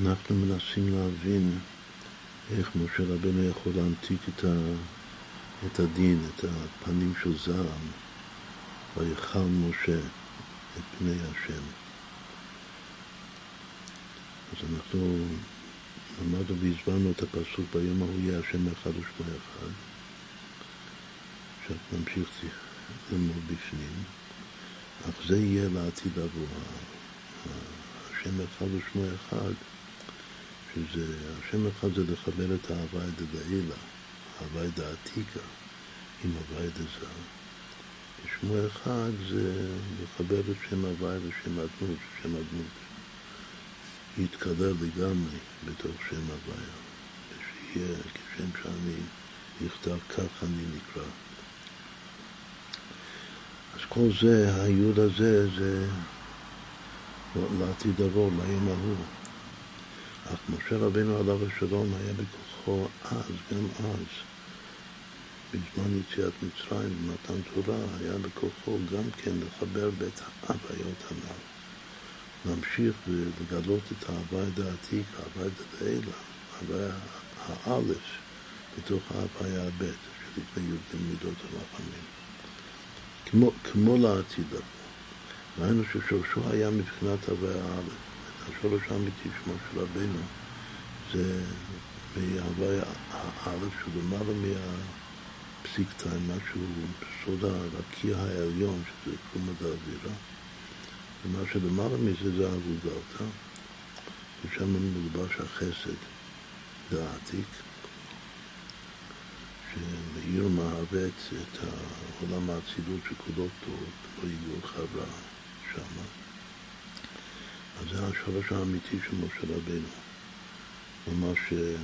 אנחנו מנסים להבין איך משה רבנו יכול להמתיק את הדין, את הפנים של זעם, ויחל משה את פני השם. אז אנחנו למדנו והסברנו את הפסוק ביום ההוא יהיה השם אחד ושמו אחד. עכשיו נמשיך ללמוד בפנים. אך זה יהיה לעתיד לבוא. השם אחד ושמו אחד, שזה, השם אחד זה לחבר את ההווי דלעילה, ההווי דעתיקה, עם הווי דזר. ושמו אחד זה לחבר את שם הווי ושם הדמות, שם הדמות יתקלל לגמרי בתוך שם הווי. ושיהיה כשם שאני נכתב, כך אני נקרא. אז כל זה, היוד הזה, זה לעתיד לבוא, ליום ההוא. אך משה רבנו עליו השלום היה בכוחו אז, גם אז, בזמן יציאת מצרים ומתן תורה, היה בכוחו גם כן לחבר בית ההוויות הנ"ל. להמשיך ולגלות את ההווי דעתיק, ההווי דלעילה, ההווי האלף, בתוך ההווי הבית, שלפני י"ג מידות הרחמים. כמו לעתיד לבוא. ראינו ששורשו היה מבחינת הווי האלף. השורש האמיתי שמו של רבנו זה מההווי האלף שהוא למעלה מהפסיקתיים, משהו בסוד הרקיע העליון, שזה קרומה דאווירה. ומה שלמעלה מזה זה הגולגולתא, ושם מלובש החסד דעתיק, שמאיר מהווה את העולם האצילות שכולו טוב, לא יגור חברה שמה. אז זה השורש האמיתי של משה רבנו. ממש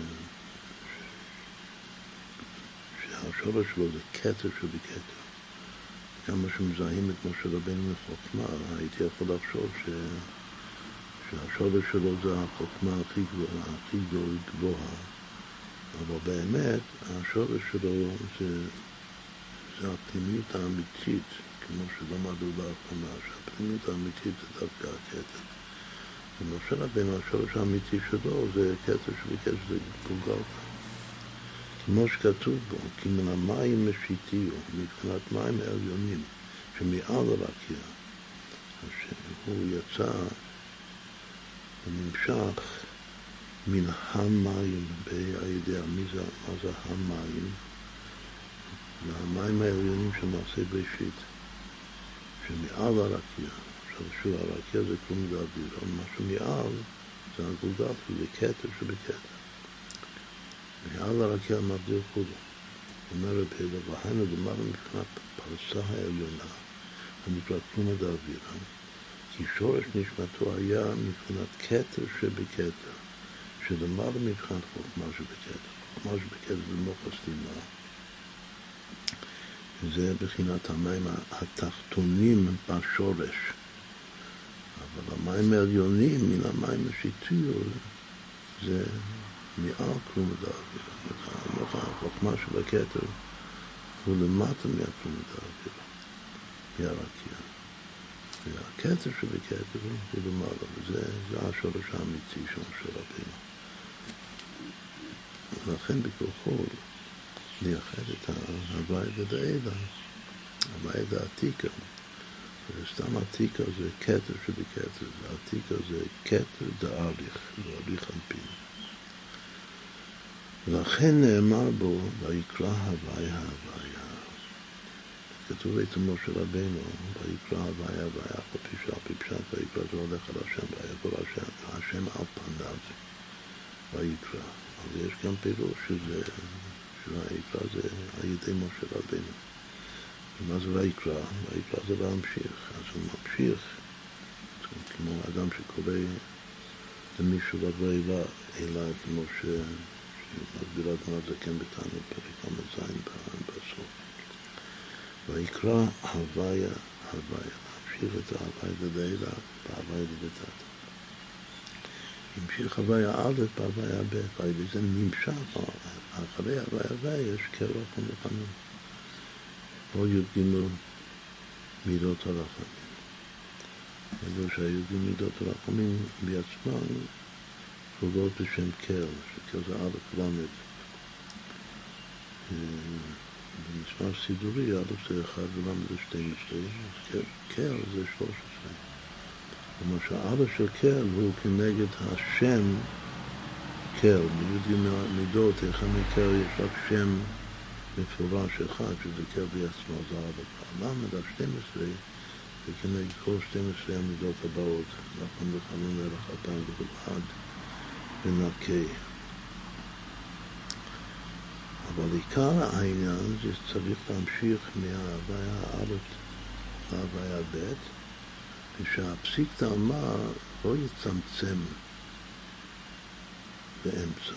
שהשורש שלו זה כתר שבכתר. כמה שמזהים את משה רבנו מחוכמה, הייתי יכול לחשוב שהשורש שלו זה החוכמה הכי גבוהה. אבל באמת, השורש שלו זה הפנימיות האמיתית, כמו שלמדו לאחרונה, שהפנימיות האמיתית זה דווקא הכתר. ומשה רבנו, השורש האמיתי שלו זה כתר שבכתר, זה גולגולתא. כמו שכתוב בו, כי מן המים משיתיהו, מבחינת מים העליונים, שמעל הרקיע, שהוא יצא ונמשך מן המים בידיעה. מה זה המים? והמים העליונים של מעשה בראשית, שמעל הרקיע. עכשיו שוב, הרקיע זה כלום דאוויר, אבל משהו מעל זה הגולגולתא, זה כתר שבכתר. מעל הרקיע מבדיל כולו. אומר רבי אלעזר, והיינו למעלה מבחינת פרסה העליונה, הנקרא כלום דאווירה, כי שורש נשמתו היה מבחינת כתר שבכתר, שלמעלה מבחינת חוכמה שבכתר. חוכמה שבכתר זה מוח הסתימה. זה בחינת המים התחתונים בשורש. אבל המים העליונים מן המים השיתיהו זה מעל כלום דאווירה. החוכמה של הכתר הוא למטה מהכלום דאווירה, מהרקיע. והכתר שבכתר הוא למעלה, וזה השורש האמיתי של משה רבנו. ולכן בכוחו לייחד את ההווי דלעילה, ההווי דעתיקה. וסתם עתיקה זה כתר שבכתר, עתיקה זה כתר דאריך, דאריך אנפין. ולכן נאמר בו, ויקרא הווי ההווי. כתוב את משה רבנו, ויקרא הווי ההווי, אף פי פשט, ויקרא זה הולך על השם, ויבוא השם על פניו, ויקרא. אבל יש גם פירוש שהיקרא זה על ידי משה רבנו. ומה זה ויקרא? ויקרא זה להמשיך. אז הוא ממשיך, כמו אדם שקורא למישהו לבוא אליי, כמו מסבירה גמרא זקן בתענית פרק ל"ז בסוף. ויקרא הוויה, להמשיך את ההווי דלעילה בהווי דבתתא. המשיך הוויה א' בהוויה ב', וזה נמשך, אחרי הוויה יש קרח ומחמים. פה י"ג מידות הרחמים. אלו שהי"ג מידות הרחמים בעצמם כפולות בשם קל, שקל זה א' למד. במספר סידורי, א' זה 1 ולמד זה 12, אז קל זה 13. כלומר שהא' של קל הוא כנגד השם קל, בי"ג מידות, איך מקל יש רק שם מפורש אחד, שזה קל בעצמו, זה א'. למד ה-12 זה כנגד כל 12 המידות הבאות, לכן לכוון מלך הפעם בלבד ונקי. אבל עיקר העניין זה צריך להמשיך מההוויה א' להוויה ב', ושהפסיק תאמר לא יצמצם באמצע.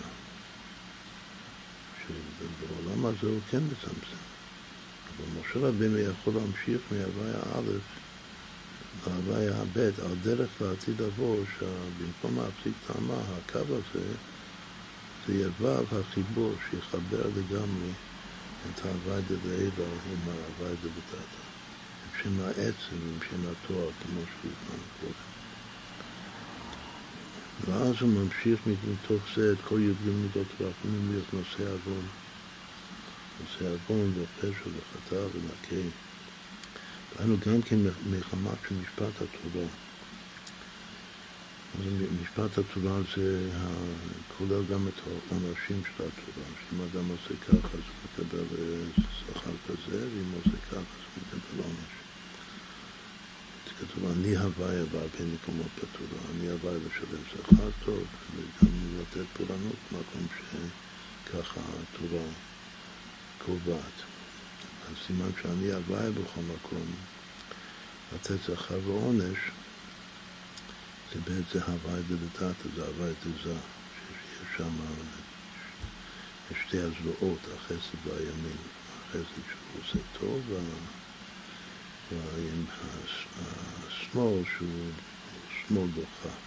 שבעולם הזה הוא כן מצמצם. אבל משה רבינו יכול להמשיך מההוויה א' להוויה ב' על דרך לעתיד לבוא, שבמקום הפסיק תאמר, הקו הזה זה יבב החיבור שיחבר לגמרי את ההווי דלעילה עם ההווי דלתתא. עם שם העצם, עם שם התואר, כמו שהזמנו קודם. ואז הוא ממשיך מתוך זה את כל י"ג מידות רחמים להיות נושא עוון. נושא עוון ופשע וחטא ונקי. היינו גם כן מחמת של משפט התורה. אז משפט התורה זה כולל גם את העונשים של התורה. שאם אדם עושה ככה אז הוא מקבל שכר כזה, ואם עושה ככה אז הוא מקבל עונש. כתוב, אני הווי בהרבה מקומות בתורה, אני הווי לשלם שכר טוב, וגם לתת פורענות במקום שככה התורה קובעת. אז סימן שאני הווי בכל מקום, לתת שכר ועונש, זה בעצם הווי דלתתא, זה הווי דזה, שיש שם שתי הזרועות, החסד והימין. החסד שהוא עושה טוב, והשמאל שהוא שמאל דוחה.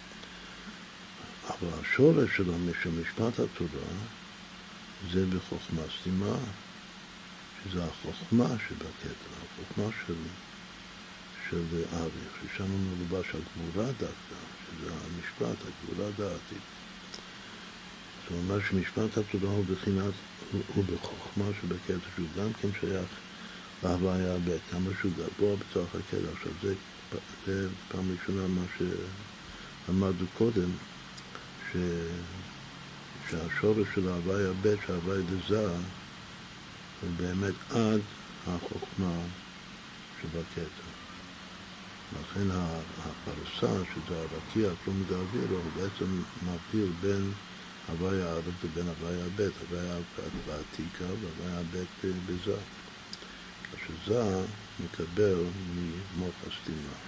אבל השורש של משפט התורה זה בחוכמה סתימה, שזה החוכמה שבקטע, החוכמה של אריך, ששם מלובש הגבורה דווקא, שזה המשפט, הגבורה דעתית. זאת אומרת שמשפט התורה הוא בחוכמה שבקטע, שהוא גם כן שייך להוויה ב', כמה שהוא גבוה בתוך הקטע. עכשיו זה פעם ראשונה מה שלמדנו קודם, שהשורש של ההוויה ב', שההוויה דזה, הוא באמת עד החוכמה שבקטע. לכן הפרסה, שזה הרקיע, כלום מדעביר, הוא בעצם מבדיל בין הוויה א' לבין הוויה ב', הוויה בעתיקה והוויה ב' בזה. שזה מקבל ממוח הסתימה.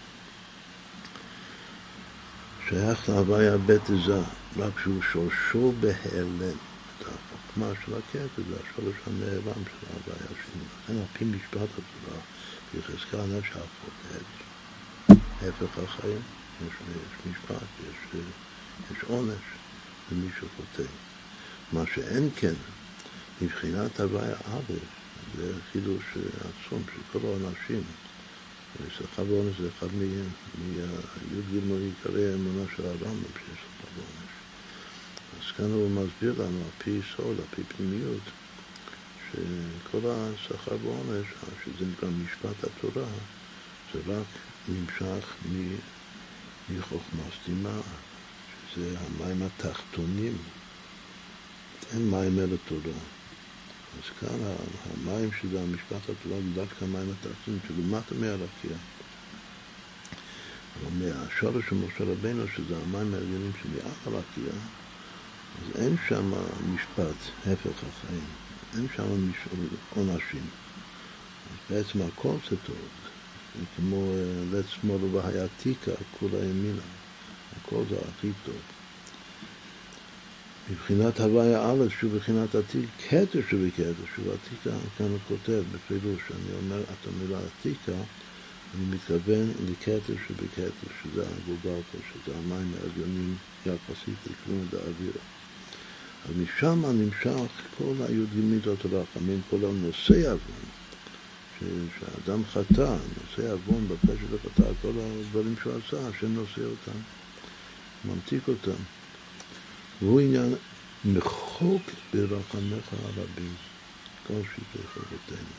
שייך להוויה ב' זה, רק שהוא שורשו בהיעלם. את החוכמה של הקטע, זה השורש הנעלם של ההוויה השני. לכן על פי משפט התורה, ביחזקאל נפש החוטא, הפך החיים, יש משפט, יש עונש למי שחוטא. מה שאין כן, מבחינת הוויה א', זה חידוש עצום שכל האנשים, שכר ועונש זה אחד מי"ג עיקרי האמונה של הרמב"ם שיש שכר ועונש. אז כאן הוא מסביר לנו על פי סוד, על פי פנימיות, שכל השכר ועונש, שזה נקרא משפט התורה, זה רק נמשך מחוכמה סתימה, שזה המים התחתונים, אין מים אל התורה. אז כאן המים שזה המשפט התורה, דווקא המים התחתונים, שלמטה מהרקיע. אבל מהשורש של משה רבינו, שזה המים העליונים שמעל הרקיע, אז אין שם משפט, הפך החיים, אין שם עונשים. אז בעצם הכל זה טוב, זה כמו לית שמאל ובהיעתיקה, כולה ימינה, הכל זה הכי טוב. מבחינת הוויה א', שהוא בחינת עתיק, כתר שבכתר, שהוא עתיקה, כאן הוא כותב בפירוש, אני אומר את המילה עתיקה, אני מתכוון לכתר שבכתר, שזה הגובלתו, שזה המים העליונים יחסית לכלום דאווירה. אז משם נמשך כל הי"ג מידות הרחמים, כל הנושא עוון, שהאדם חטא, נושא עוון בפשע וחטא, כל הדברים שהוא עשה, השם נושא אותם, ממתיק אותם. והוא עניין מחוק ברחמך הרבים, כל שזה חובתנו.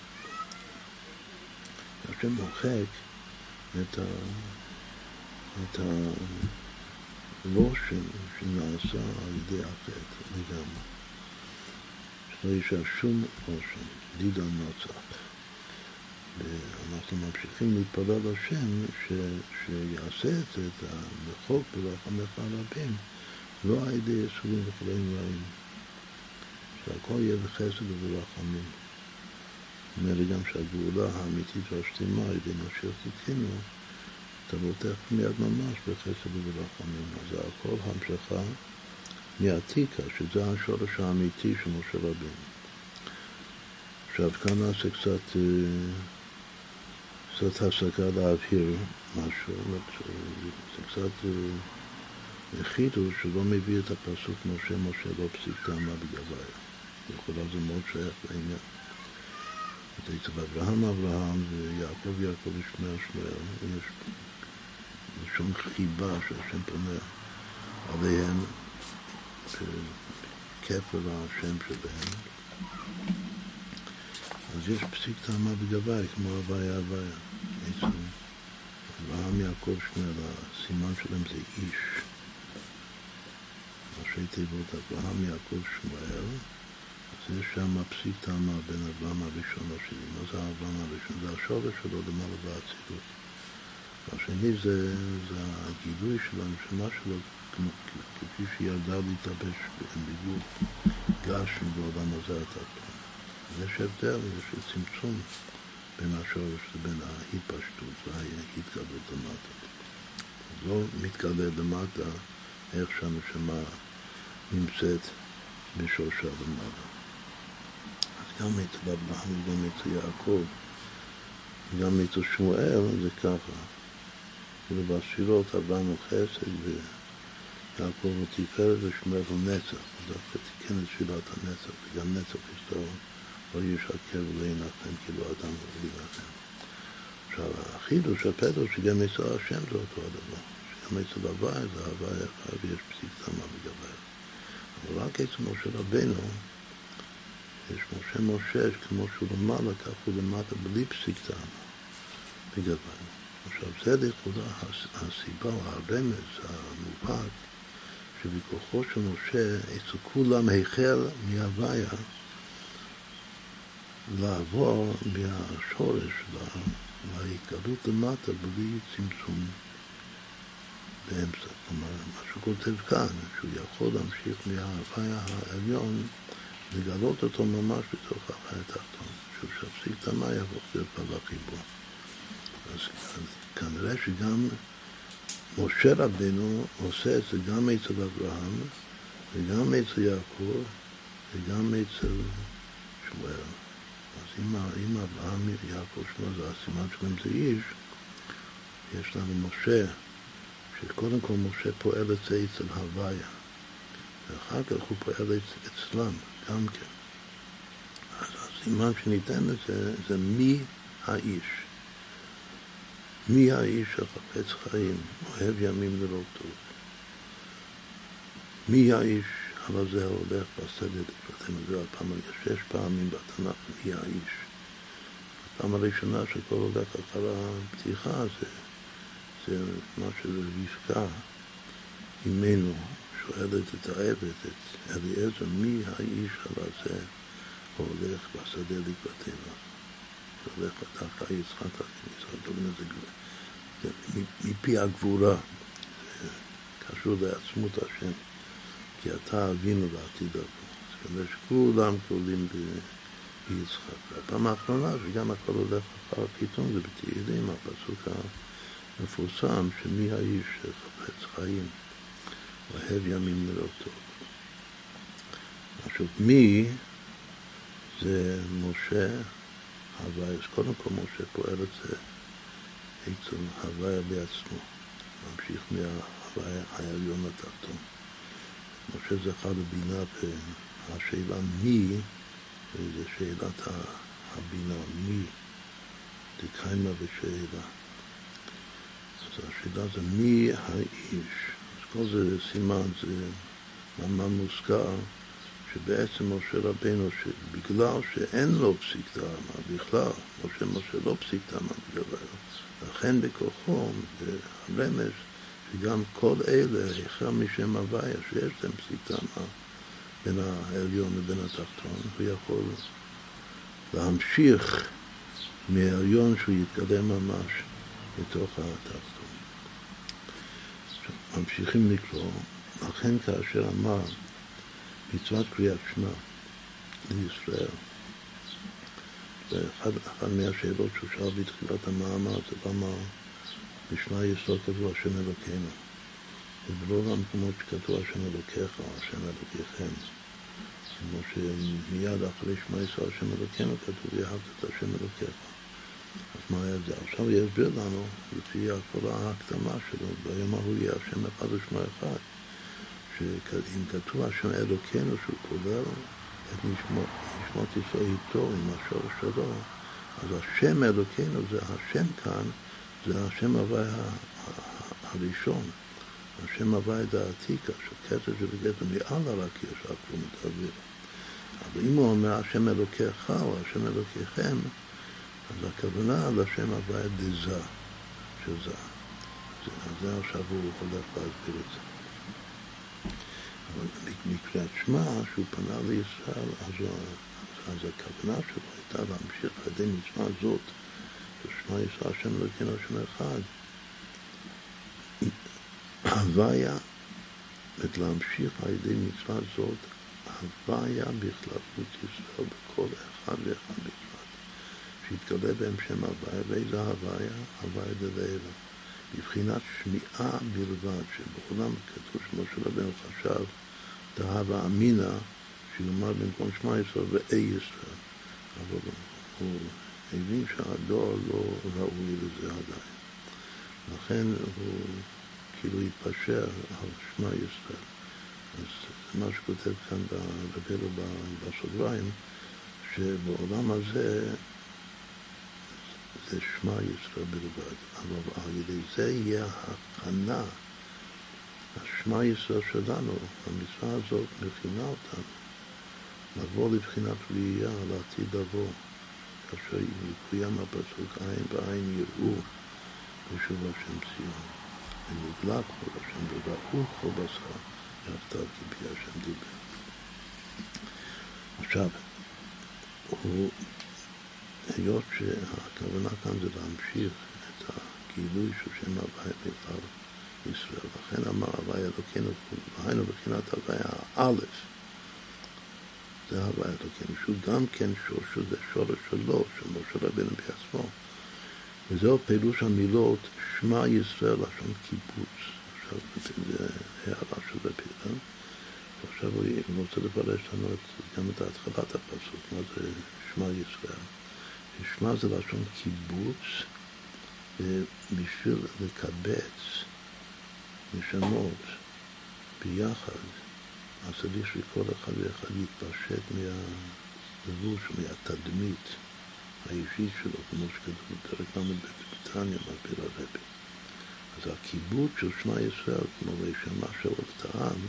השם מוחק את הלושן שנעשה על ידי החטא לגמרי. שלא יישאר שום לושן, דידה נצח. ואנחנו ממשיכים להתפלל לשם שיעשה את זה, את המחוק ברחמך הרבים, לא על ידי יסורים וחולאים רעים. שהכל יהיה בחסד וברחמים. אומר גם שהגאולה האמיתית והשלימה על ידי משיח צדקנו, תבוא מיד ממש בחסד וברחמים. אז זה הכל המשכה מעתיקה, שזה השורש האמיתי של משה רבינו. עכשיו כאן נעשה קצת הפסקה להבהיר משהו, זה קצת חידוש שלא מביא את הפסוק משה משה לא פסיק טעמה בגביה. יכולה זה מאוד שייך לעניין. זה אצל אברהם אברהם ויעקב יעקב ישמעאל שמואל, יש לשון חיבה שהשם פונה עליהם כפל השם שלהם. אז יש פסיק טעמה בגביה כמו הוויה הוויה. אברהם יעקב שמואל, הסימן שלהם זה איש. ראשי תיבות אברהם יעקב שמואל, אז יש שם פסיק טעמה בין אברהם הראשון לשני. מה זה אברהם הראשון? זה השורש שלו למעלה באצילות. והשני זה הגילוי של הנשמה שלו, כפי שירדה להתלבש בגוף גשם בעולם הזה התחתון. יש הבדל, יש צמצום בין השורש לבין ההתפשטות וההתגלות למטה. לא מתגלה למטה איך שהנשמה נמצאת בשורשה למעלה. אז גם אצל אברהם וגם אצל יעקב וגם אצל שמואל זה ככה. כאילו בספירות אברהם הוא חסד ויעקב הוא תפארת ושמואל הוא נצח. אז דווקא תיקן את תפילת הנצח, וגם נצח ישתרון לא ישקר ולא ינחם כאילו אדם לא ינחם. עכשיו החידוש הפדוש שגם אצל השם זה אותו הדבר. גם אצל הוויה זה הוויה אחד ויש פסיק טעמה בגביה. אבל רק אצל משה רבינו יש משה כמו שהוא למעלה, כך הוא למטה בלי פסיק טעמה בגביה. עכשיו זה לכאורה הסיבה או הרמז המובהק שבכוחו של משה אצל כולם החל מהוויה לעבור מהשורש להתגלות למטה בלי צמצום באמצע. כלומר, מה שהוא כותב כאן, שהוא יכול להמשיך מההוויה העליון לגלות אותו ממש בתוך ההוויה התחתון, שהוא שהפסיק טעמה יהפוך להיות פעלה חיבור. אז כנראה שגם משה רבינו עושה את זה גם אצל אברהם וגם אצל יעקב וגם אצל שמואל. אז אם אברהם יעקב שמואל זה הסימן שלהם זה איש, יש לנו משה, שקודם כל משה פועל את זה אצל הוויה, ואחר כך הוא פועל אצלם גם כן. אז הסימן שניתן לזה זה מי האיש. מי האיש החפץ חיים, אוהב ימים ללא טוב. מי האיש, אבל זה הולך בסדר, זה הפעם, יש 6 פעמים בתנ"ך, מי האיש. הפעם הראשונה שכל הולך אחר הפתיחה זה מה שרבקה אימנו, שואלת את העבד, את אליעזר, מי האיש הזה הולך בשדה לקראתנו. זה הולך אחר יצחק, זה מפי הגבורה, זה קשור לעצמות השם, כי אתה אבינו לעתיד לבוא. אז כנראה שכולם כלולים ביצחק. והפעם האחרונה, שגם הכל הולך אחר פתאום, זה בתהילים, הפסוק המפורסם, שמי האיש שחפץ חיים, אוהב ימים ללא טוב. עכשיו, מי זה משה הוויה? אז קודם כל משה פועל את זה אצל הוויה בעצמו, ממשיך מההוויה העליון התחתון. משה זכה לבינה, והשאלה מי, זה שאלת הבינה, מי, דקיימה ושאלה. אז השאלה זה מי האיש. אז כל זה סימן, זה מה מוזכר? שבעצם משה רבינו, בגלל שאין לו פסיק דרמה בכלל, משה לא פסיק דרמה בגלל, לכן בכוחו, הרמז, שגם כל אלה, החל משם הוויה, שיש להם פסיק דרמה בין העליון לבין התחתון, הוא יכול להמשיך מהעליון שהוא יתקדם ממש לתוך התחתון. ממשיכים לקרוא, לכן כאשר אמר מצוות קריאת שמע לישראל, ואחד מהשאלות שהוא שאל בתחילת המאמר זה למה בשמע ישראל כתוב השם אלוקינו, וברוב המקומות שכתוב השם אלוקיך או השם אלוקיכם, כמו שמיד אחרי שמע ישראל השם אלוקינו כתוב ואהבת את השם אלוקיך. אז מה היה זה? עכשיו הוא יסביר לנו לפי כל ההקדמה שלו, ביום ההוא יהיה השם אחד ושמו אחד, שאם כתוב השם אלוקינו שהוא כולל את נשמות ישראל איתו עם השורש שלו, אז השם אלוקינו זה השם כאן, זה השם הוויה הראשון, השם הוויה העתיקה, שכתר שבגתו מעל הרקיע שהכלום מתאוויר. אבל אם הוא אומר השם אלוקיך או השם אלוקיכם, אז הכוונה לשם הוויה דזה, שזה. אז זה עכשיו הוא הולך להסביר את זה. אבל מקריאת שמע, שהוא פנה לישראל, אז הכוונה שלו הייתה להמשיך על ידי מצווה זאת, ששמע ישראל השם אלוקינו השם אחד, הוויה, ולהמשיך על ידי מצווה זאת, הוויה בכללות ישראל בכל אחד ואחד בפרט, שהתגלה בהם שם הוויה, ואיזה הוויה? הוויה דלעילה. בבחינת שמיעה בלבד, שבעולם כתוב שמשה רבינו חשב תהווה אמינה, שיאמר במקום שמע ישראל ואי ישראל. אבל הוא הבין שהדור לא ראוי לזה עדיין. לכן הוא כאילו התפשר על שמע ישראל. אז זה מה שכותב כאן רבינו בסוגריים, שבעולם הזה זה שמע ישראל בלבד, אבל על ידי זה יהיה הכנה, השמע ישראל שלנו, המצווה הזאת מכינה אותנו, לבוא לבחינת ראייה לעתיד לבוא, כאשר יקוים הפסוק עין בעין יראו בשוב השם ציון, ונגלה כבוד השם וראו כל בשר, יחדיו כי פי השם דיבר. עכשיו, היות שהכוונה כאן זה להמשיך את הגילוי של שם הוויה בכלל ישראל, לכן אמר הוויה אלוקינו, והיינו בחינת הוויה האלף, זה הוויה אלוקינו, שהוא גם כן שורשו, זה שורש שלו, של משה רבינו בעצמו, וזהו פירוש המילות שמע ישראל לשון קיבוץ. עכשיו זה הערה של רבינו, ועכשיו הוא רוצה לפרש לנו גם את התחלת הפסוק, מה זה שמע ישראל. שמע זה לשון קיבוץ, ובשביל לקבץ נשמות ביחד, אז צריך שכל אחד ואחד יתפשט מהלבוש, מהתדמית האישית שלו, כמו שכתוב בפרק ל' בתניא, מסביר הרבי. אז הקיבוץ של שמע ישראל, כמו וישמע שאול את העם,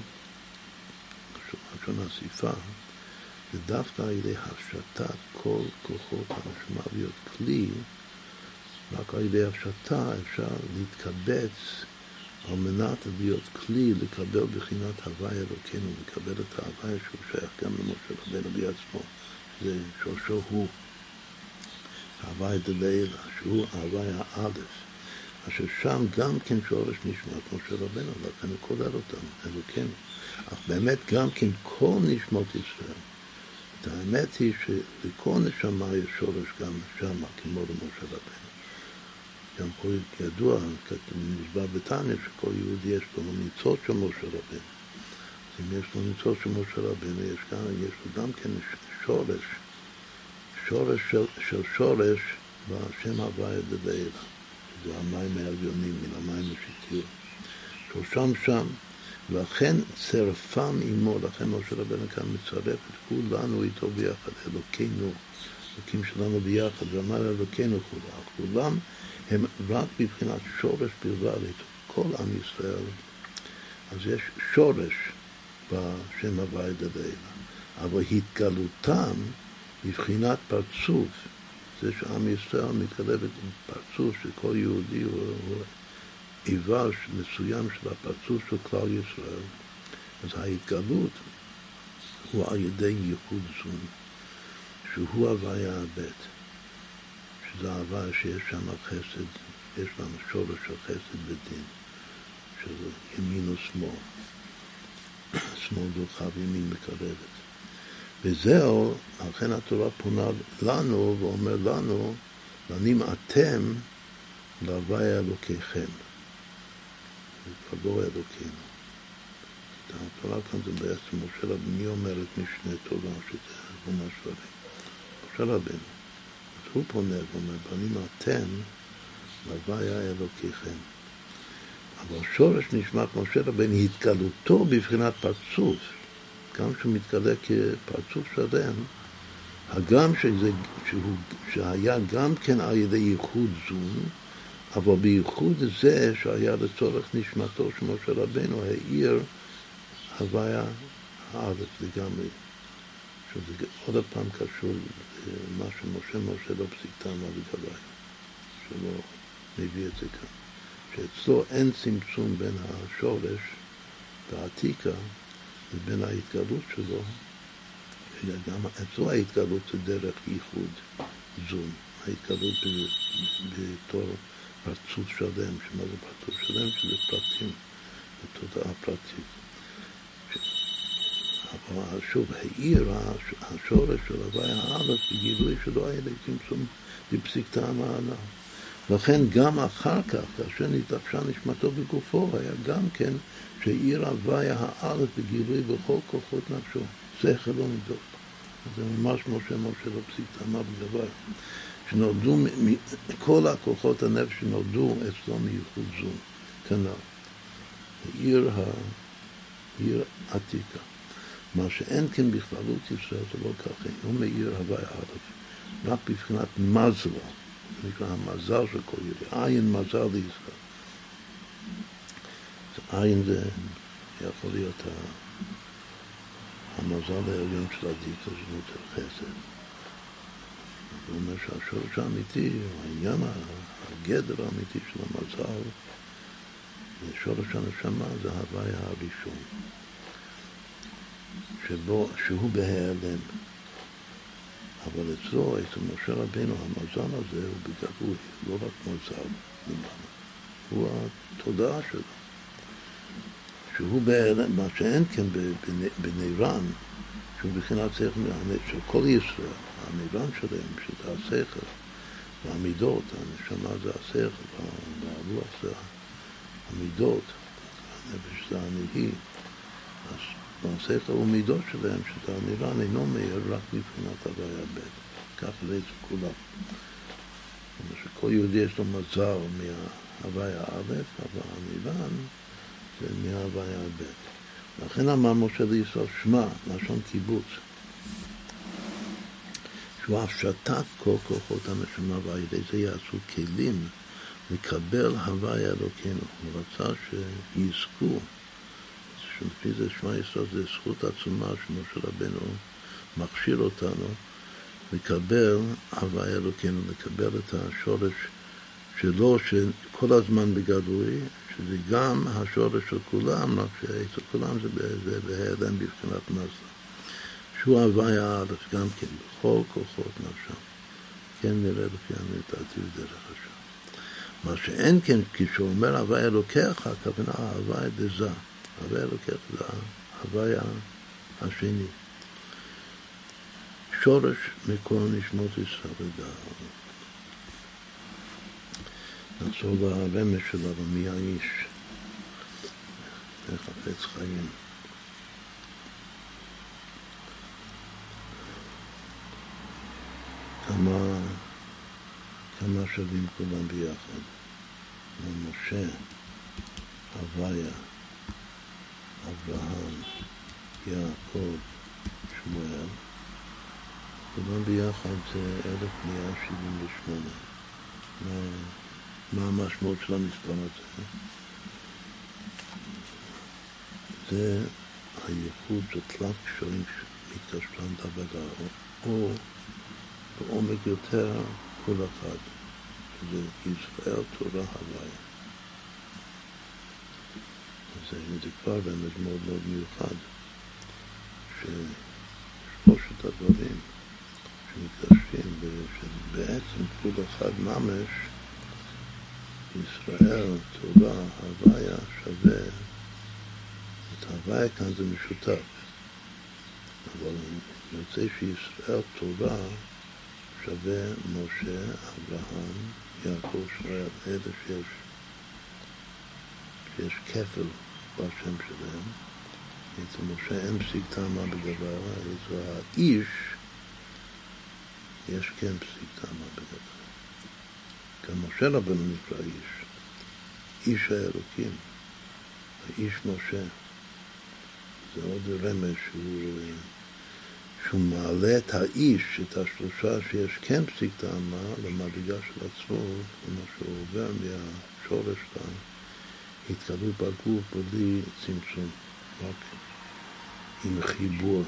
לשון הסיפה, זה דווקא על ידי הפשטת כל כוחות הנשמה להיות כלי, רק על ידי הפשטה אפשר להתקבץ על מנת להיות כלי לקבל בחינת הוויה אלוקינו, לקבל את ההוויה שהוא שייך גם למשה רבינו בעצמו, זה שורשו הוא הוויה דלעילה, שהוא ההוויה האלף, אשר שם גם כן שורש נשמת משה רבינו, לכן הוא כולל אותם, אלוקינו. אך באמת גם כן כל נשמות ישראל, את האמת היא שלכל נשמה יש שורש גם שמה, כמו למשה רבינו. גם כל ידוע, נשבע בתניא, שכל יהודי יש לו ניצוץ של משה רבינו. אז אם יש לו ניצוץ של משה רבינו, יש לו גם כן שורש של שורש בשם הוויה דלעילה. זה המים העליונים, מן המים השיטיות. שורשם שם, ולכן צרפם עמו, לכן משה רבינו כאן מצרף את כולנו איתו ביחד, אלוקינו, אלוקים שלנו ביחד, ואמר אלוקינו כולם הם רק בבחינת שורש בלבד, כל עם ישראל. אז יש שורש בשם הוויה דלעילא. אבל התגלותם בבחינת פרצוף, זה שעם ישראל מתגלה בפרצוף שכל יהודי הוא איבר מסוים של הפרצוף של כלל ישראל. אז ההתגלות הוא על ידי ייחוד זון, שהוא הוויה הבית, שזה ההוויה שיש שם חסד, יש לנו שורש של חסד ודין, של ימין ושמאל, שמאל דוחה וימין מקרבת. וזהו, לכן התורה פונה לנו ואומר לנו, בנים אתם להוויה אלוקיכם. זה כבר לא אלוקינו. התורה כאן זה בעצם משה רבנו אומר את משנה תורה, שזה רומא שברים. משה רבנו. אז הוא פונה ואומר, בנים אתם להוויה אלוקיכם. אבל שורש נשמת משה רבנו התגלותו בבחינת פרצוף. גם שהוא מתגלה כפרצוף שלם, הגם שהיה גם כן על ידי ייחוד זון, אבל בייחוד זה שהיה לצורך נשמתו של משה רבנו, העיר הוויה הארץ לגמרי. שזה עוד פעם קשור למה שמשה לא פסיקתא מה לגבי, שלא מביא את זה כאן. שאצלו אין צמצום בין השורש והעתיקה, ובין ההתגלות שלו, גם אצלו ההתגלות זה דרך ייחוד זון, ההתגלות בתור פרצוף שלם, שמה זה פרצוף שלם? שזה פרטים, בתודעה פרטית. אבל שוב, העיר, השורש של הוויה הארץ, בגילוי שלא היה לצמצום בפסיקתא מעלה. לכן גם אחר כך, כאשר נתלבשה נשמתו בגופו, היה גם כן שעיר הוויה הארץ בגילוי בכל כוחות נפשו, שכל לא מידות. זה ממש משה לא פסיקתא מה בדבר. שנולדו, כל הכוחות הנפש שנולדו אצלו מייחוד זון, כנ"ל. עיר עתיקה. מה שאין כן בכללות ישראל זה לא ככה, לא מעיר הוויה הארץ, רק בבחינת מזל. זה נקרא המזל של כל יהודי, עין מזל לישראל. עין זה יכול להיות המזל העליון של הדיקה, זה נותן חסד. הוא אומר שהשורש האמיתי, העניין, הגדר האמיתי של המזל, שורש הנשמה זה ההוויה הראשון, שהוא בהיעלם. אבל אצלו, אצל משה רבנו, המזל הזה הוא בגלוי, לא רק מזל, הוא התודעה שלו. שהוא בהיעלם, מה שאין כן בנירן, שהוא בחינת שכל של כל ישראל, הנירן שלהם, שזה השכל, והמידות, הנשמה זה השכל, והרוח זה המידות, הנפש זה הנהי, אז השכל ומידות שלהם, שזה הנירן, אינו מאיר רק מבחינת הוויה ב', כך זה כולם. שכל יהודי יש לו מזל מההוויה א', אבל הנירן זה מההוויה ב'. לכן אמר משה לישראל שמע, לשון קיבוץ, שהוא הפשטת כל כוחות הנשמה, ועל ידי זה יעשו כלים לקבל הוויה אלוקינו. הוא רצה שיזכו, שלפי זה שמע ישראל זה זכות עצומה שמשה רבנו מכשיר אותנו לקבל הוויה אלוקינו, לקבל את השורש שלו שכל הזמן בגלוי, שזה גם השורש של כולם, רק שאצל כולם זה בהיעלם בבחינת מזל. שהוא הוויה הארץ גם כן, בכל כוחות נפשם. כן נראה לפי המדעתי ודרך השם. מה שאין כן, כשהוא אומר הוויה אלוקיך, הכוונה ההוויה דזה. הוויה אלוקיך זה ההוויה השני. שורש מקור נשמות ישראל ודעת. נחזור לרמז שלנו, מי האיש? וחפץ חיים. כמה שווים כולם ביחד. משה, הוויה, אברהם, יעקב, שמואל. כולם ביחד זה 1178. מה המשמעות של המספר הזה? זה הייחוד זה תלת קשרים מתקשרם בעבודה, או בעומק יותר כל אחד, שזה ישראל, תורה, הוויה. אז זה כבר באמת מאוד מאוד מיוחד, ששלושת הדברים שמתקשרים, שבעצם כל אחד ממש, ישראל, תורה, הוויה, שווה. את הוויה כאן זה משותף, אבל יוצא שישראל, תורה, שווה משה, אברהם, יעקב, ישראל, אלה שיש כפל בשם שלהם. אצל משה אין פסיק טעמה בדבר, אצל האיש יש כן פסיק טעמה בדבר. גם משה רבנו נקרא איש האלוקים, האיש משה. זה עוד רמז שהוא מעלה את האיש, את השלושה שיש כן פסיק טעמה, למדרגה של עצמו, כמו שהוא עובר מהשורש להתגלות בגוף בלי צמצום, רק עם חיבור.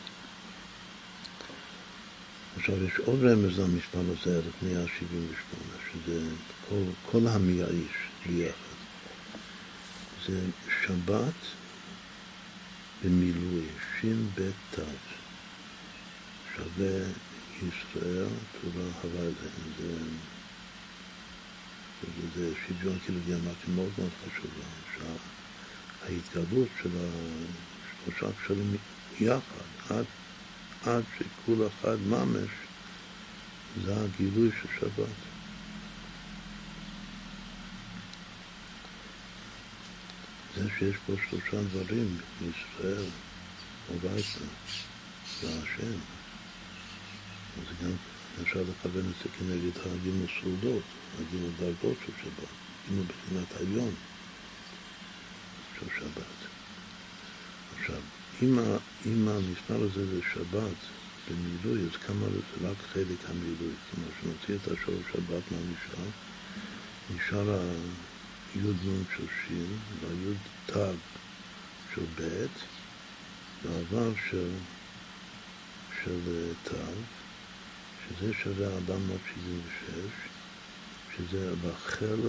עכשיו יש עוד רמז למספר הזה, 1178, שזה כל המי האיש ביחד. זה שבת במילוי, שין בית תו, שווה ישראל, תורה, הוויה. זה שוויון כאילו גיאומטרי מאוד מאוד חשוב, שההתגלות של השלושה קשרים יחד, עד שכל אחד ממש, זה הגילוי של שבת. זה שיש פה שלושה דברים, ישראל, הוויה והשם, אז גם אפשר לכוון את זה כנגד הגימל סעודות, הגימל דרגות של שבת, גימל בחינת היום של שבת. עכשיו, אם המספר הזה זה שבת במילוי, אז כמה זה רק חלק המילוי, כלומר שנוציא את השורש שבת מהנשאר, נשאר היוד נון של שין והיוד תו של בית והעבר של תו, שזה שווה 476, שזה רחל.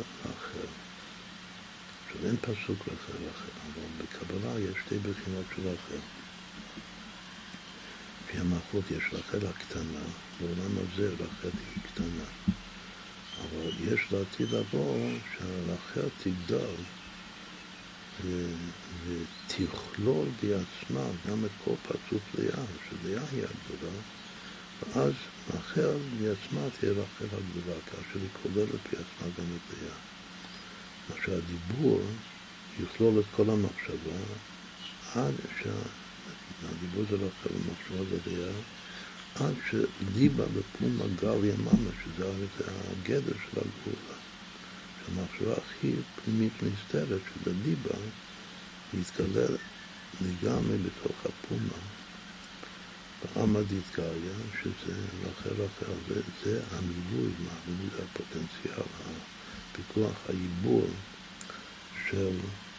עכשיו אין פסוק רחל, אבל בקבלה יש שתי בחינות של רחל. לפי המלכות יש רחל הקטנה, בעולם הזה רחל היא קטנה. אבל יש לעתיד לבוא שהרחל תגדל ותכלול בעצמה גם את כל פרצוף לאה, שלאה היא הגדולה, ואז רחל בעצמה תהיה רחל הגדולה, כאשר היא כוללת בעצמה גם את לאה. מה שהדיבור יכלול את כל המחשבה, עד שהדיבור זה רחל ומחשבה זה לאה, עד שליבה בפום הגל יממה, שזה הגדר של הגאולה. שהמחשבה הכי פנימית נסתרת, שזה ליבה, להתגלה לגמרי בתוך הפומה. בעמדית גאיה, שזה רחל, זה המילוי, זה הפוטנציאל, הפיקוח, העיבור של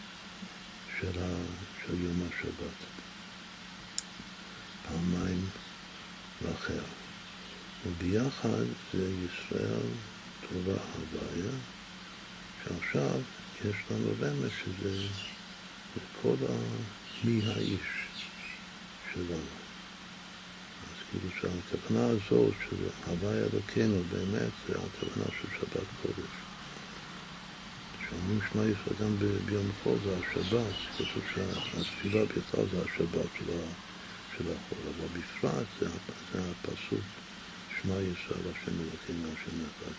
יום השבת. פעמיים רחל. וביחד זה ישראל, תורה, הוויה, שעכשיו יש לנו רמז שזה כל מי האיש שלנו. אז כאילו שהכוונה הזאת של הוויה אלוקינו באמת זה הכוונה של שבת קודש. שאומרים שמע ישראל גם ביום חול זה השבת, כתוב שהתפילה בכלל זה השבת של החול, אבל בפרט זה הפסוק שמע ישראל השם אלוקינו השם אחד.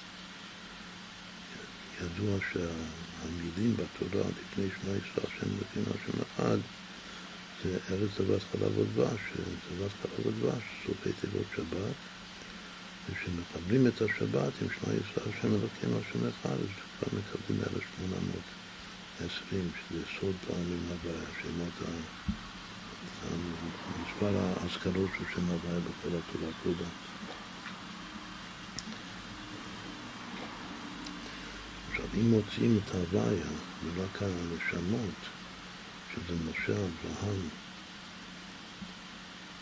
ידוע שהמילים בתורה לפני שמע ישראל השם אלוקינו השם אחד זה ארץ זבת חלב ודבש, זבת חלב ודבש, סופי תיבות שבת, וכשמקבלים את השבת עם שמע ישראל השם אלוקינו השם אחד, אז כבר מקבלים 1820, שזה סוד פעמים הוויה, שמות מספר ההזכרות של שם הוויה בכל התורה כולה. עכשיו, אם מוצאים את ההוויה, ורק הנשמות, שזה משה, אברהם,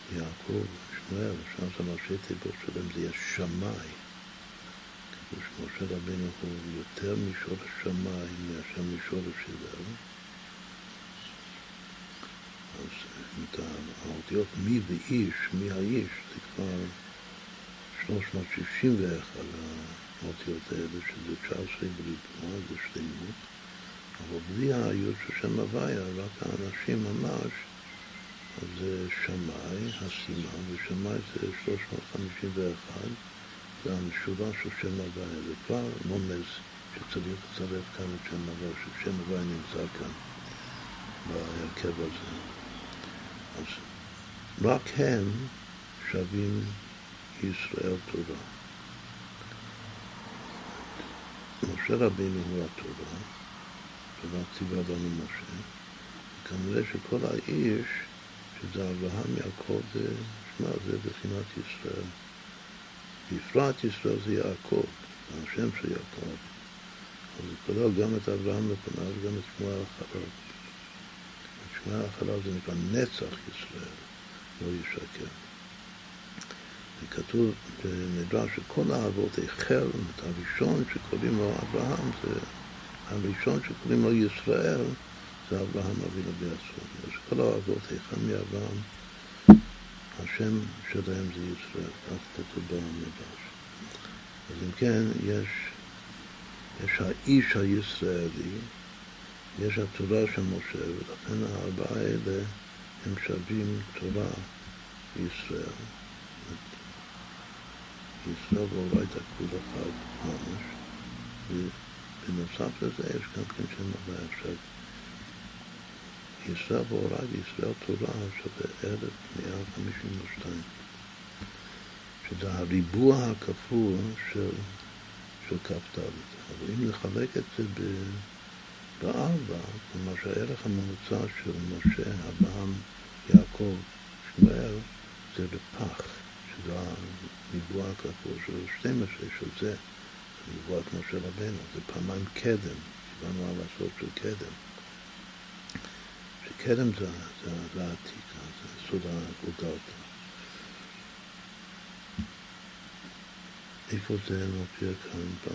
יעקב, שמואל, שם זה ראשי תיבות שלהם, זה יהיה שמאי. שמשה רבינו הוא יותר משורש שמאי מאשר משורש הלל. אז האותיות מי ואיש, מי האיש, זה כבר 361 האותיות האלה, שזה 19 בריבוע, זה שלמות. אבל בלי האיות של שם הוויה, רק האנשים ממש, אז זה שמאי, הסימן, ושמאי זה 351, זה המשולש של שם הוויה, זה כבר רומז שצריך לצרף כאן את שם הוויה, ששם הוויה נמצא כאן, בהרכב הזה. אז רק הם שווים ישראל תורה. משה רבינו הוא התורה, שרק ציווה לנו משה, וכנראה שכל האיש, שזה אברהם יעקב, זה בחינת ישראל. בפרט ישראל זה יעקב, זה השם של יעקב. אז זה כולל גם את אברהם לפניו, גם את שמואל אחריו. את שמואל אחריו זה נקרא נצח ישראל, לא ישקר. וכתוב במדרש שכל האבות החל, את הראשון שקוראים לו אברהם, זה הראשון שקוראים לו ישראל, זה אברהם אבינו בעצמו. אז כל האבות החל מאברהם, השם שלהם זה ישראל, כך כתוב במדרש. אז אם כן, יש האיש הישראלי, יש התורה של משה, ולכן הארבעה האלה הם שווים תורה בישראל. ישראל ואורייתא כול אחד ממש, ובנוסף לזה יש גם כן שם הוויה. עכשיו, ישראל ואורייתא, ישראל תורה שווה 1152, שזה הריבוע הכפול של כ"ד. אבל אם נחלק את זה בארבע, כלומר שהערך הממוצע של משה, אברהם, יעקב, שמואל, זה בפח, שזה הריבוע הכפול של 12, שזה ריבועת משה רבינו, זה פעמיים קדם, דיברנו על הסוד של קדם. שקדם זה העתיקה, זה סוד הגודלתא. איפה זה מופיע כאן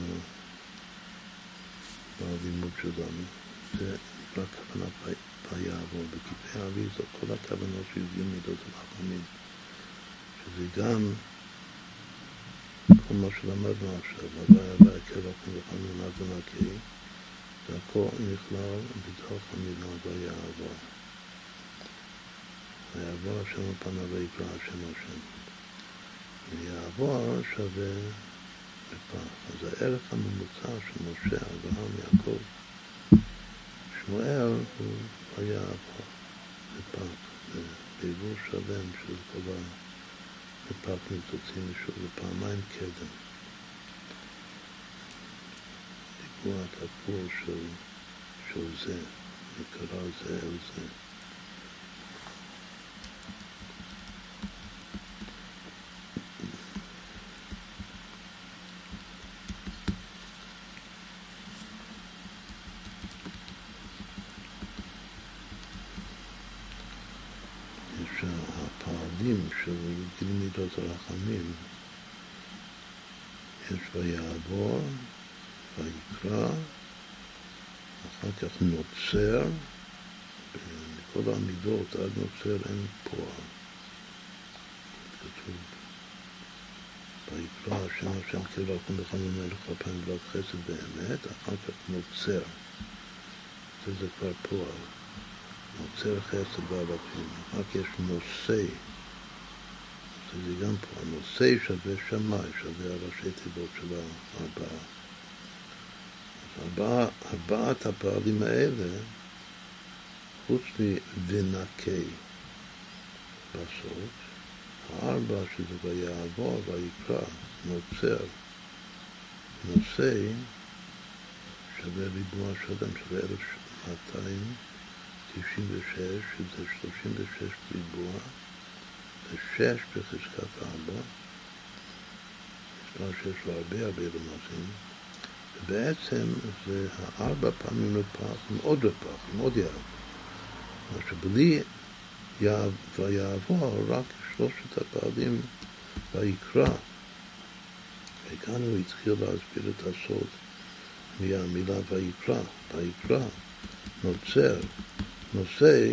בלימוד שלנו? זה נקרא כוונה ביעבור, בכתבי האריזות, כל הכוונות שיהיו מידות הרחמים, שזה גם כל מה שלמדנו עכשיו, הוויה כרחם וחנון עד ונקי, זה הכל נכלל בתוך המילה ויעבור. ויעבור השם על פניו ויקרא השם השם. ויעבור שווה בפח. אז הערך הממוצע של משה, אברהם, יעקב, שמואל הוא ויעבור בפח. זה בעיבור שלם של כל בפח ניצוצים ושוב, זה פעמיים קדם. דיבור הכפול של זה, נקרא זה אל זה. הפעלים של י"ג מידות הרחמים, יש ויעבור, ויקרא, אחר כך נוצר, בכל המידות עד נוצר אין פועל. כתוב, ויקרא השם השם כרחום וחנון מלך כפיים ולא חסד באמת, אחר כך נוצר. זה כבר פועל. נוצר חסד בערכים, אחר כך יש נושא, זה גם פה, הנושא שווה שמאי, שווה הראשי תיבות של הארבעה. ארבעת הפעלים האלה, חוץ מ"ונקי" בסוף, הארבע שזה ויעבור ויקרא, נוצר, נושא, שווה ריבוע שלם, שווה 1296, שזה 36 ריבוע, זה 6 בחזקת 4, מספר שיש לו הרבה רמזים, ובעצם זה 4 פעמים לפח, מאוד לפח, מאוד יעבור. מה שבלי ויעבור, רק שלושת הפעלים ויקרא. וכאן הוא התחיל להסביר את הסוד מהמילה ויקרא. ויקרא, נוצר, נושא,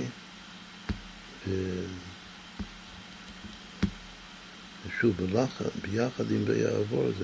ושוב, ביחד עם ויעבור זה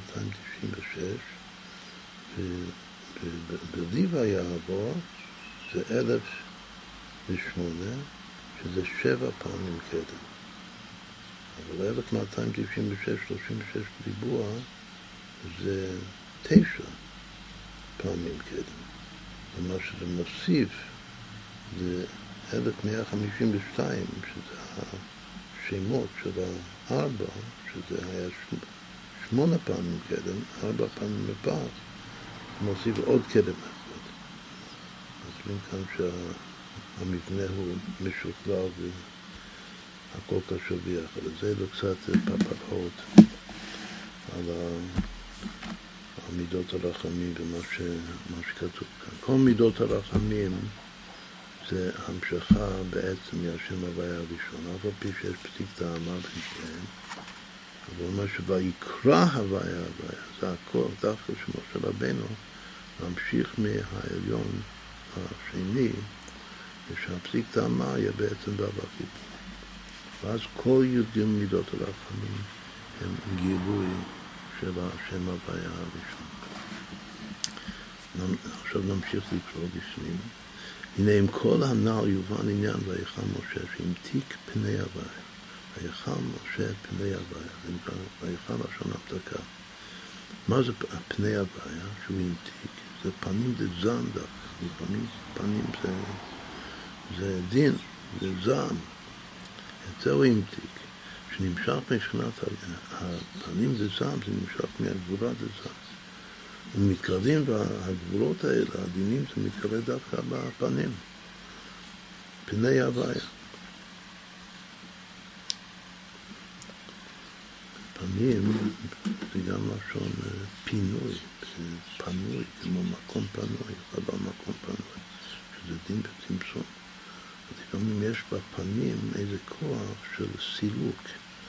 1296, ובלי ויעבור זה 1008, שזה 7 פעמים קדם. אבל 1296, 36 ריבוע, זה 9 פעמים קדם. ומה שזה מוסיף זה 1152, שזה השמות של 4, שזה היה 8 פעמים קדם, 4 פעמים בפח, מוסיף עוד קדם אחד. אז רואים כאן שהמבנה הוא משוכלל והכל קשור ביחד. אז זה קצת פפרחות על מידות הרחמים ומה שכתוב כאן. כל מידות הרחמים זה המשכה בעצם מהשם הוויה הראשון, אף על פי שיש פסיק טעמה בפניהם, אבל מה שויקרא הוויה, זה הכל, דווקא שמו של רבנו, ממשיך מהעליון השני, ושהפסיק טעמה יהיה בעצם בהבקיפ. ואז כל י"ג מידות הרחמים הם גילוי של השם הוויה הראשון. עכשיו נמשיך לקרוא בפנים. הנה עם כל הנ"ל יובן עניין ויחם משה שהמתיק פני הוויה. ויחם משה פני הוויה. זה נקרא ויחם לשון המתקה. מה זה פני הוויה שהוא המתיק? זה פנים דזעם דווקא. לפעמים פנים זה דין, זה זעם. את זה הוא המתיק. שנמשך משכנת הפנים דזעם, זה נמשך מהגבורה דזעם. ומתקרבים והגבולות האלה, הדינים, זה מתקרב דווקא בפנים, פני הוויה. פנים זה גם לשון פינוי, זה פנוי, כמו מקום פנוי, חבל מקום פנוי, שזה דין בצמצום. אז לפעמים יש בפנים איזה כוח של סילוק,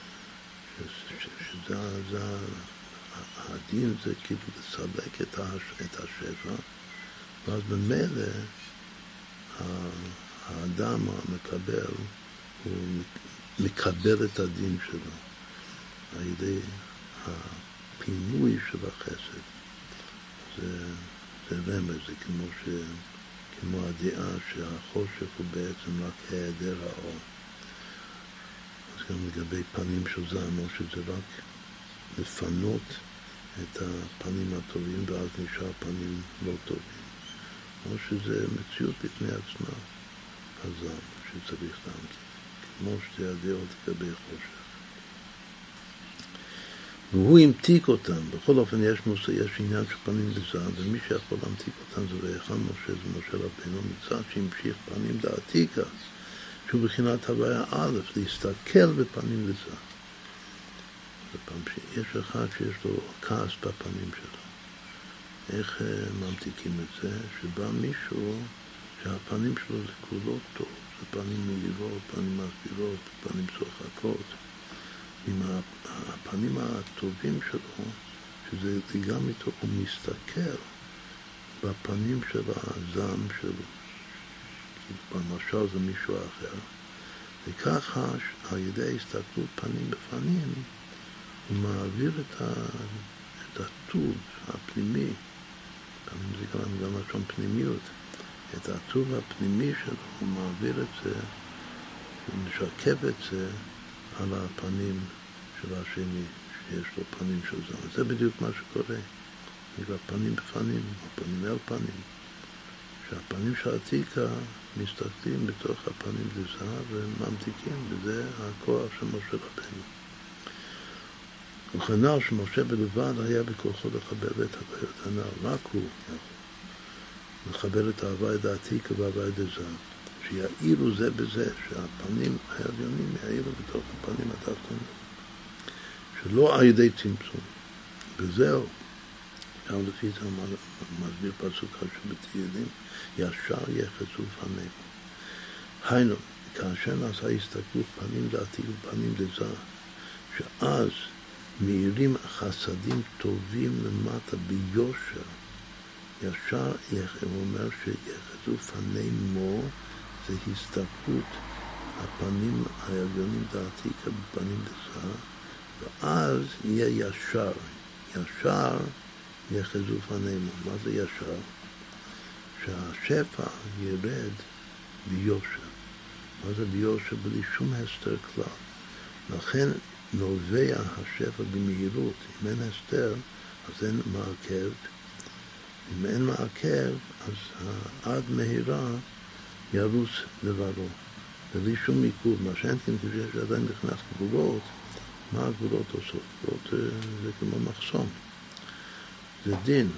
שזה הדין זה כאילו לסלק את השפע, ואז במילא האדם המקבל, הוא מקבל את הדין שלו על ידי הפינוי של החסד. זה רמז, זה כמו הדעה שהחושך הוא בעצם רק היעדר האור. אז גם לגבי פנים של זעם, או שזה רק לפנות את הפנים הטובים ואז נשאר פנים לא טובים, או שזה מציאות בפני עצמה, הזעם שצריך להמתיק, כמו שתי הדעות לגבי חושך. והוא המתיק אותם. בכל אופן יש עניין של פנים בזעם, ומי שיכול להמתיק אותם זה ויחם משה, זה משה רבנו, מצד שהמשיך פנים דעתיקה, שהוא בחינת הוויה א', להסתכל בפנים בזעם. יש אחד שיש לו כעס בפנים שלו. איך ממתיקים את זה? שבא מישהו שהפנים שלו זה כולו טוב, זה פנים מאירות, פנים מסבירות, פנים צוחקות. עם הפנים הטובים שלו, שזה גם איתו, הוא מסתכל בפנים של הזעם שלו. במשל זה מישהו אחר. וככה, על ידי הסתכלות פנים בפנים, הוא מעביר את הטוב הפנימי, זה גם לשון פנימיות, את הטוב הפנימי שלו, הוא מעביר את זה, הוא משקף את זה על הפנים של השני, שיש לו פנים של זעם. זה בדיוק מה שקורה, נקרא פנים בפנים, או פנים אל פנים, שהפנים של העתיקה מסתכלים בתוך הפנים לזהב וממתיקים, וזה הכוח של משה רבנו. וכנ"ל שמשה בלבד היה בכוחו לחבר את הוויות הנ"ל, רק הוא יכול לחבר את ההוויה העתיקה וההוויה דזעם, שיעירו זה בזה, שהפנים העליונים יעירו בתוך הפנים התחתונים, שלא על ידי צמצום. וזהו, עכשיו לפי זה מסביר פסוק חשוב בתהילים, ישר יחצו פניך. היינו, כאשר נעשה הסתכלות פנים לעתיד ופנים לזה, שאז מאירים חסדים טובים למטה ביושר, ישר הוא אומר שיחזו פני מו, זה הסתכלות הפנים העליונים לעתיקה בפנים לזה, ואז יהיה ישר, ישר יחזו פני מו. מה זה ישר? שהשפע ירד ביושר. מה זה ביושר? בלי שום הסתר כלל. לכן נובע השפע במהירות. אם אין הסתר, אז אין מעכב. אם אין מעכב, אז עד מהירה ירוץ לברו. בלי שום מיקוד. מה שאין כן כשיש עדיין נכנס גבולות, מה הגבולות עושות? גבולות זה כמו מחסום. זה דין.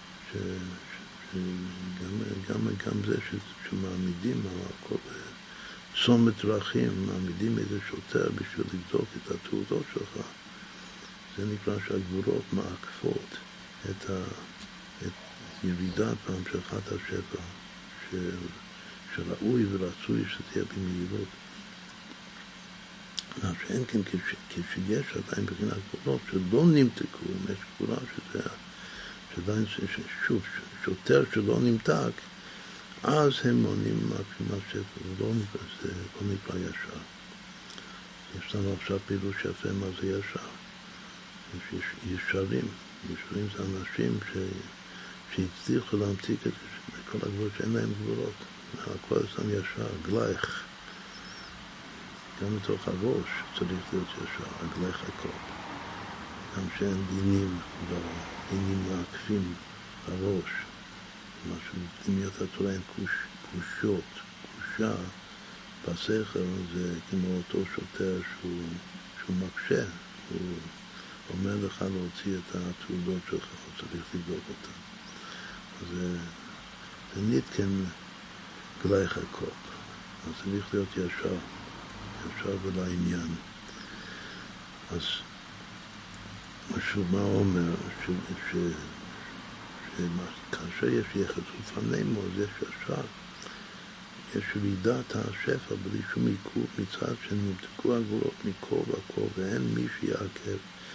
גם זה שמעמידים צומת דרכים, מעמידים איזה שוטר בשביל לבדוק את התעודות שלך, זה נקרא שהגבולות מעקפות את ירידת והמשכת השפע שראוי ורצוי שתהיה במהירות. מה שאין כן כשיש עדיין בחינת גבולות שלא נמתקו, יש גבולה שזה שעדיין שוב, שוטר שלא נמתק, אז הם מונים מהקרימת שפע, זה לא נקרא ישר. יש לנו עכשיו פירוש יפה מה זה ישר. יש ישרים. ישרים זה אנשים שהצליחו להמתיק את כל הגבולות שאין להם גבולות. הכל שם ישר, גלייך. גם מתוך הראש צריך להיות ישר, הגלייך הכל. גם שאין דינים דינים מעקפים הראש. משהו בפנימיות התורה אין קושות, קושה בשכל זה כמו אותו שוטר שהוא מקשה, הוא אומר לך להוציא את התעודות שלך, הוא צריך לבדוק אותן. אז זה נתקן גלייך הקופ, אז צריך להיות ישר ולעניין. אז שוב, מה אומר? כאשר יש יחסות פני מו, זה ישר. יש ירידת השפע בלי שום עיכוב מצד שנמתקו הגבולות מכל וכל, ואין מי שיעכב.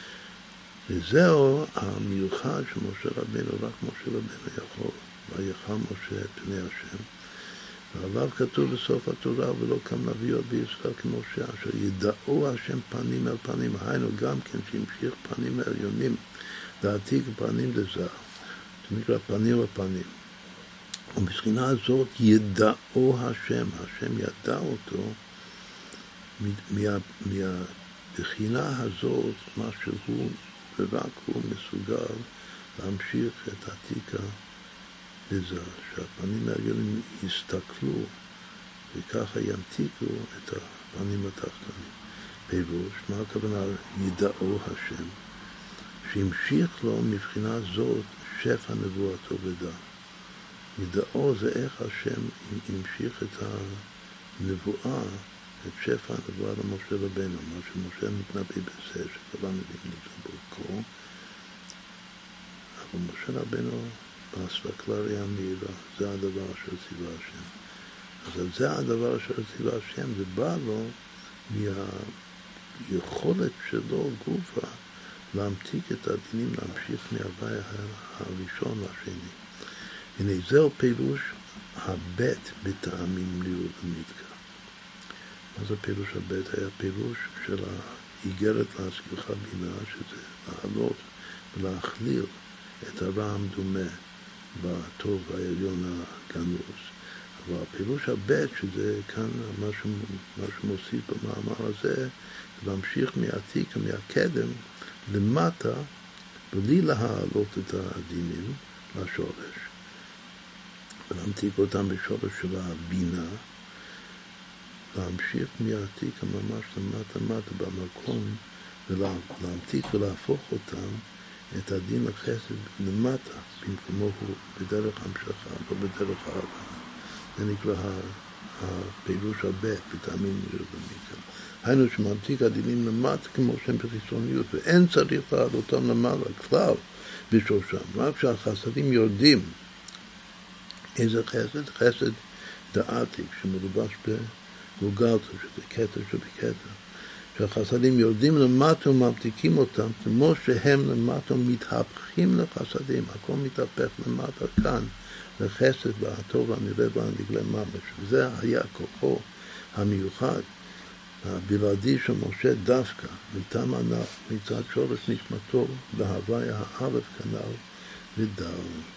וזהו המיוחד שמשה רבנו, רק משה רבנו יכול. ויחל משה את פני השם. ועליו כתוב בסוף התורה, ולא כמה נביאות בישראל כמשה, אשר ידעו השם פנים אל פנים, היינו גם כן שהמשיך פנים העליונים, להעתיק פנים לזר. זה נקרא פנים לפנים. ובבחינה הזאת ידעו השם, השם ידע אותו, מהבחינה הזאת, מה שהוא ורק הוא מסוגל להמשיך את העתיקה לזה, שהפנים העליונים יסתכלו וככה ימתיקו את הפנים התחתונים. פירוש, מה הכוונה ידעו השם? שהמשיך לו מבחינה זאת שפע נבואתו ודע. ידעו זה איך השם המשיך את הנבואה, את שפע הנבואה למשה רבנו, מה שמשה נתנבא בזה, שכולם מבינים את זה ברכו. אבל משה רבנו בספקלריה המהירה, זה הדבר אשר ציווה השם. אז זה הדבר אשר ציווה השם, זה בא לו מהיכולת שלו גופה להמתיק את הדינים, להמשיך מהווי הראשון לשני. הנה זהו פירוש הבית בטעמים לירות המתקה. מה זה פירוש הבית? היה פירוש של האיגרת להשגחה בינה, שזה לעלות ולהכליל את הרע המדומה בטוב העליון הגנוז. אבל הפירוש הבית, שזה כאן מה שמוסיף במאמר הזה, להמשיך מהעתיק ומהקדם למטה, בלי להעלות את הדינים לשורש. להמתיק אותם בשורש של הבינה, להמשיך מהעתיק ממש למטה במקום, ולהמתיק ולהפוך אותם את הדין החסד למטה, במקומו הוא בדרך המשכה, לא בדרך האהבה. זה נקרא הפירוש הבית, בטעמים לירות המתקה. היינו שממתיק הדינים למטה כמו שהם בחיצוניות, ואין צריך להעלותם למעלה, כלל בשורשם. רק שהחסדים יורדים, איזה חסד? חסד דעתי, שמלובש גולגלתא, שזה כתר שבכתר. שהחסדים יורדים למטה וממתיקים אותם, כמו שהם למטה מתהפכים לחסדים, הכל מתהפך למטה כאן, לחסד והטוב והנראה והנגלה ממש. וזה היה כוחו המיוחד, הבלעדי של משה דווקא, מטעם ענף, מצד שורש נשמתו, בהוויה האלף כנ"ל ודל.